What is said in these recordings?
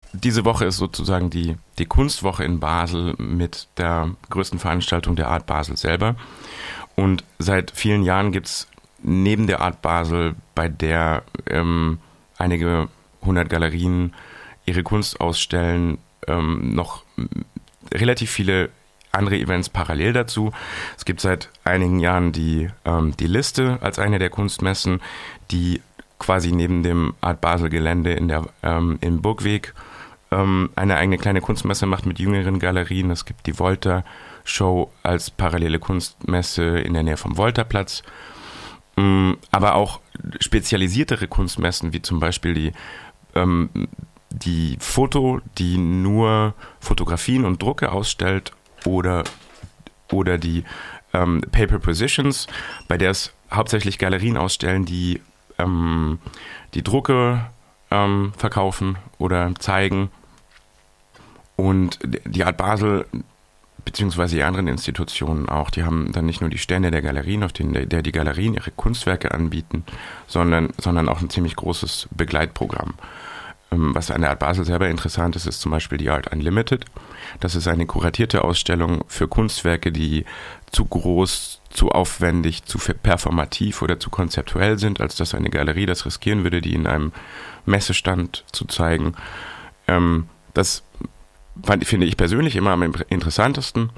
diese Woche ist sozusagen die Kunstwoche in Basel mit der größten Veranstaltung der Art Basel selber. Und seit vielen Jahren gibt es neben der Art Basel, bei der einige 100 Galerien ihre Kunst ausstellen, noch relativ viele andere Events parallel dazu. Es gibt seit einigen Jahren die Liste als eine der Kunstmessen, die quasi neben dem Art Basel Gelände im Burgweg eine eigene kleine Kunstmesse macht mit jüngeren Galerien. Es gibt die Volta Show als parallele Kunstmesse in der Nähe vom Voltaplatz. Aber auch spezialisiertere Kunstmessen, wie zum Beispiel die Foto, die nur Fotografien und Drucke ausstellt, oder die Paper Positions, bei der es hauptsächlich Galerien ausstellen, die Drucke verkaufen oder zeigen. Und die Art Basel beziehungsweise die anderen Institutionen auch, die haben dann nicht nur die Stände der Galerien, auf denen die Galerien ihre Kunstwerke anbieten, sondern auch ein ziemlich großes Begleitprogramm. Was an der Art Basel selber interessant ist, ist zum Beispiel die Art Unlimited. Das ist eine kuratierte Ausstellung für Kunstwerke, die zu groß, zu aufwendig, zu performativ oder zu konzeptuell sind, als dass eine Galerie das riskieren würde, die in einem Messestand zu zeigen. Das finde ich persönlich immer am interessantesten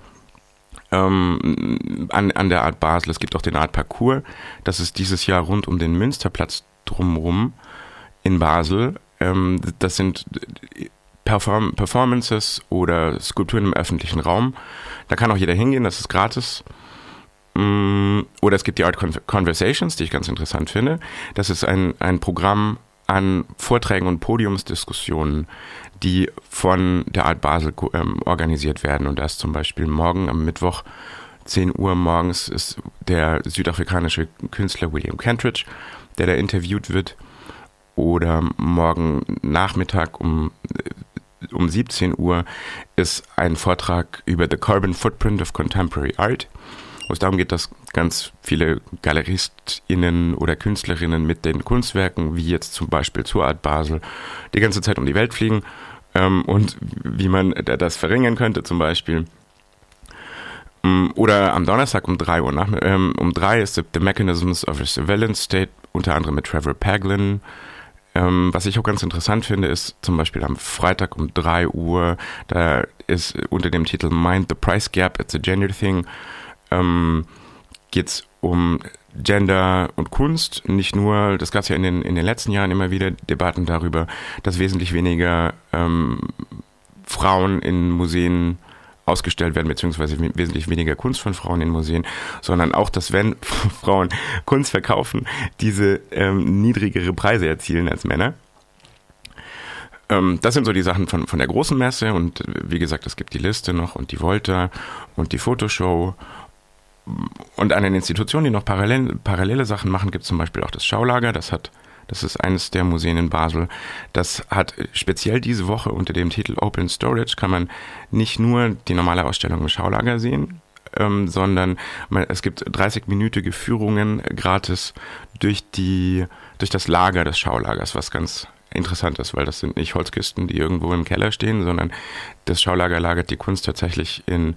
an der Art Basel. Es gibt auch den Art Parcours. Das ist dieses Jahr rund um den Münsterplatz drumherum in Basel. Das sind Performances oder Skulpturen im öffentlichen Raum. Da kann auch jeder hingehen, das ist gratis. Oder es gibt die Art Conversations, die ich ganz interessant finde. Das ist ein Programm an Vorträgen und Podiumsdiskussionen, die von der Art Basel organisiert werden. Und da ist zum Beispiel morgen am Mittwoch 10 Uhr morgens ist der südafrikanische Künstler William Kentridge, der da interviewt wird. Oder morgen Nachmittag um 17 Uhr ist ein Vortrag über The Carbon Footprint of Contemporary Art, wo es darum geht, dass ganz viele GaleristInnen oder KünstlerInnen mit den Kunstwerken, wie jetzt zum Beispiel zur Art Basel, die ganze Zeit um die Welt fliegen und wie man das verringern könnte zum Beispiel. Oder am Donnerstag um 3 Uhr. Um 3 ist The Mechanisms of a Surveillance State, unter anderem mit Trevor Paglin. Was ich auch ganz interessant finde, ist zum Beispiel am Freitag um 3 Uhr, da ist unter dem Titel Mind the Price Gap, It's a Gender Thing, geht es um Gender und Kunst. Nicht nur, das gab es ja in den letzten Jahren immer wieder Debatten darüber, dass wesentlich weniger Frauen in Museen ausgestellt werden, beziehungsweise wesentlich weniger Kunst von Frauen in Museen, sondern auch, dass wenn Frauen Kunst verkaufen, diese niedrigere Preise erzielen als Männer. Das sind so die Sachen von der großen Messe und wie gesagt, es gibt die Liste noch und die Volta und die Fotoshow. Und an den Institutionen, die noch parallele Sachen machen, gibt es zum Beispiel auch das Schaulager, das ist eines der Museen in Basel. Das hat speziell diese Woche unter dem Titel Open Storage kann man nicht nur die normale Ausstellung im Schaulager sehen, sondern es gibt 30-minütige Führungen gratis durch das Lager des Schaulagers, was ganz interessant ist, weil das sind nicht Holzkisten, die irgendwo im Keller stehen, sondern das Schaulager lagert die Kunst tatsächlich in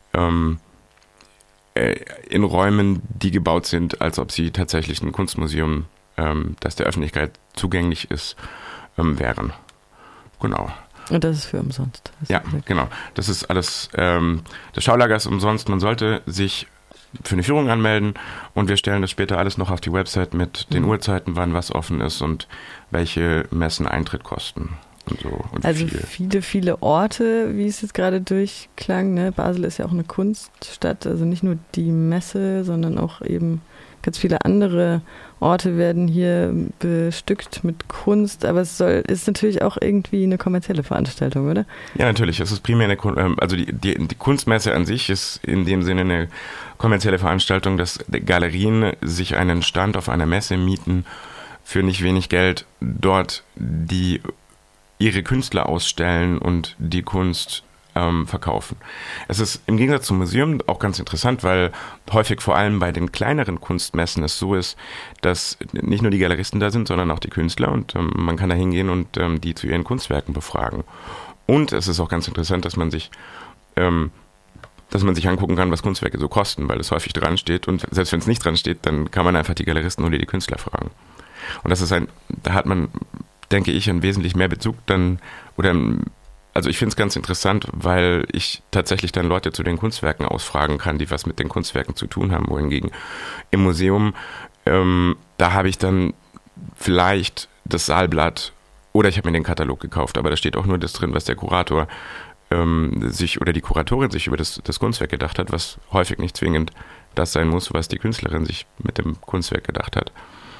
Räumen, die gebaut sind, als ob sie tatsächlich ein Kunstmuseum das der Öffentlichkeit zugänglich ist, wären. Genau. Und das ist für umsonst. Ja, genau. Das ist alles, das Schaulager ist umsonst. Man sollte sich für eine Führung anmelden und wir stellen das später alles noch auf die Website mit den Uhrzeiten, wann was offen ist und welche Messen Eintritt kosten. Und so. Und also viele Orte, wie es jetzt gerade durchklang. Ne? Basel ist ja auch eine Kunststadt, also nicht nur die Messe, sondern auch eben ganz viele andere Orte werden hier bestückt mit Kunst, aber es ist natürlich auch irgendwie eine kommerzielle Veranstaltung, oder? Ja, natürlich. Es ist primär die Kunstmesse an sich ist in dem Sinne eine kommerzielle Veranstaltung, dass Galerien sich einen Stand auf einer Messe mieten für nicht wenig Geld, dort ihre Künstler ausstellen und die Kunst verkaufen. Es ist im Gegensatz zum Museum auch ganz interessant, weil häufig vor allem bei den kleineren Kunstmessen es so ist, dass nicht nur die Galeristen da sind, sondern auch die Künstler und man kann da hingehen und die zu ihren Kunstwerken befragen. Und es ist auch ganz interessant, dass man sich angucken kann, was Kunstwerke so kosten, weil es häufig dran steht und selbst wenn es nicht dran steht, dann kann man einfach die Galeristen oder die Künstler fragen. Und da hat man, denke ich, einen wesentlich mehr Bezug also ich finde es ganz interessant, weil ich tatsächlich dann Leute zu den Kunstwerken ausfragen kann, die was mit den Kunstwerken zu tun haben, wohingegen im Museum, da habe ich dann vielleicht das Saalblatt oder ich habe mir den Katalog gekauft, aber da steht auch nur das drin, was der Kurator sich oder die Kuratorin sich über das Kunstwerk gedacht hat, was häufig nicht zwingend das sein muss, was die Künstlerin sich mit dem Kunstwerk gedacht hat.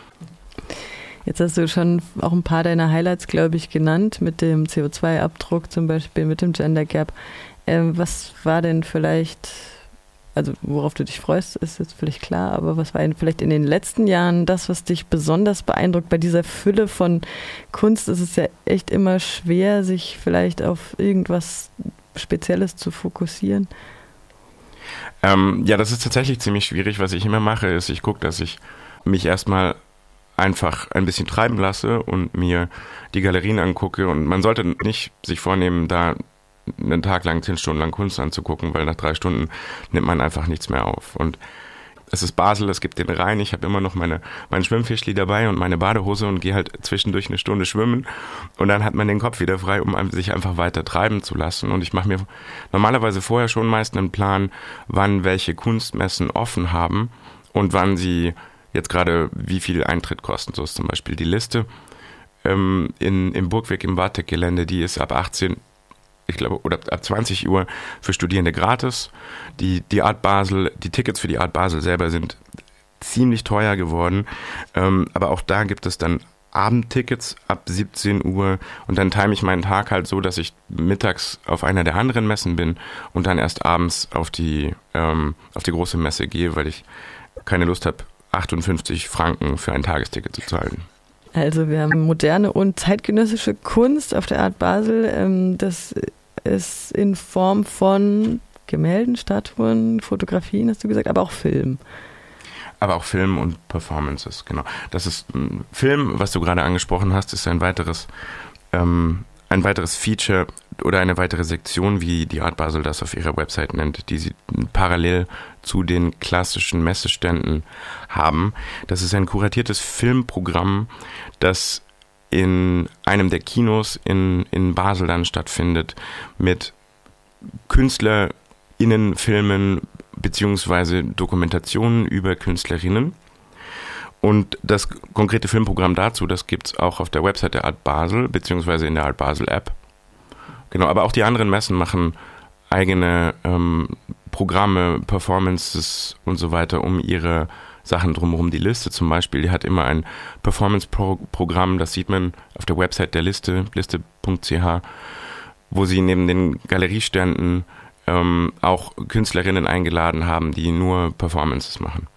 Jetzt hast du schon auch ein paar deiner Highlights, glaube ich, genannt, mit dem CO2-Abdruck zum Beispiel, mit dem Gender Gap. Was war denn vielleicht, also worauf du dich freust, ist jetzt vielleicht klar, aber was war denn vielleicht in den letzten Jahren das, was dich besonders beeindruckt? Bei dieser Fülle von Kunst ist es ja echt immer schwer, sich vielleicht auf irgendwas Spezielles zu fokussieren. Ja, das ist tatsächlich ziemlich schwierig. Was ich immer mache, ist, ich gucke, dass ich mich erstmal einfach ein bisschen treiben lasse und mir die Galerien angucke. Und man sollte nicht sich vornehmen, da einen Tag lang 10 Stunden lang Kunst anzugucken, weil nach 3 Stunden nimmt man einfach nichts mehr auf. Und es ist Basel, es gibt den Rhein, ich habe immer noch mein Schwimmfischli dabei und meine Badehose und gehe halt zwischendurch eine Stunde schwimmen und dann hat man den Kopf wieder frei, um sich einfach weiter treiben zu lassen. Und ich mache mir normalerweise vorher schon meist einen Plan, wann welche Kunstmessen offen haben und wann sie jetzt gerade wie viel Eintritt kosten. So ist zum Beispiel die Liste im Burgweg im Wartek-Gelände, die ist ab 18, ich glaube, oder ab 20 Uhr für Studierende gratis. Die Art Basel, die Tickets für die Art Basel selber sind ziemlich teuer geworden, aber auch da gibt es dann Abendtickets ab 17 Uhr und dann time ich meinen Tag halt so, dass ich mittags auf einer der anderen Messen bin und dann erst abends auf die große Messe gehe, weil ich keine Lust habe, 58 Franken für ein Tagesticket zu zahlen. Also wir haben moderne und zeitgenössische Kunst auf der Art Basel. Das ist in Form von Gemälden, Statuen, Fotografien, hast du gesagt, aber auch Film. Aber auch Film und Performances, genau. Das ist Film, was du gerade angesprochen hast, ist ein weiteres Feature oder eine weitere Sektion, wie die Art Basel das auf ihrer Website nennt, die sie parallel zu den klassischen Messeständen haben. Das ist ein kuratiertes Filmprogramm, das in einem der Kinos in Basel dann stattfindet, mit KünstlerInnen-Filmen beziehungsweise Dokumentationen über Künstlerinnen. Und das konkrete Filmprogramm dazu, das gibt es auch auf der Website der Art Basel, beziehungsweise in der Art Basel App. Genau, aber auch die anderen Messen machen eigene Programme, Performances und so weiter um ihre Sachen drumherum. Die Liste zum Beispiel, die hat immer ein Performance-Programm, das sieht man auf der Website der liste.ch, wo sie neben den Galerieständen auch Künstlerinnen eingeladen haben, die nur Performances machen.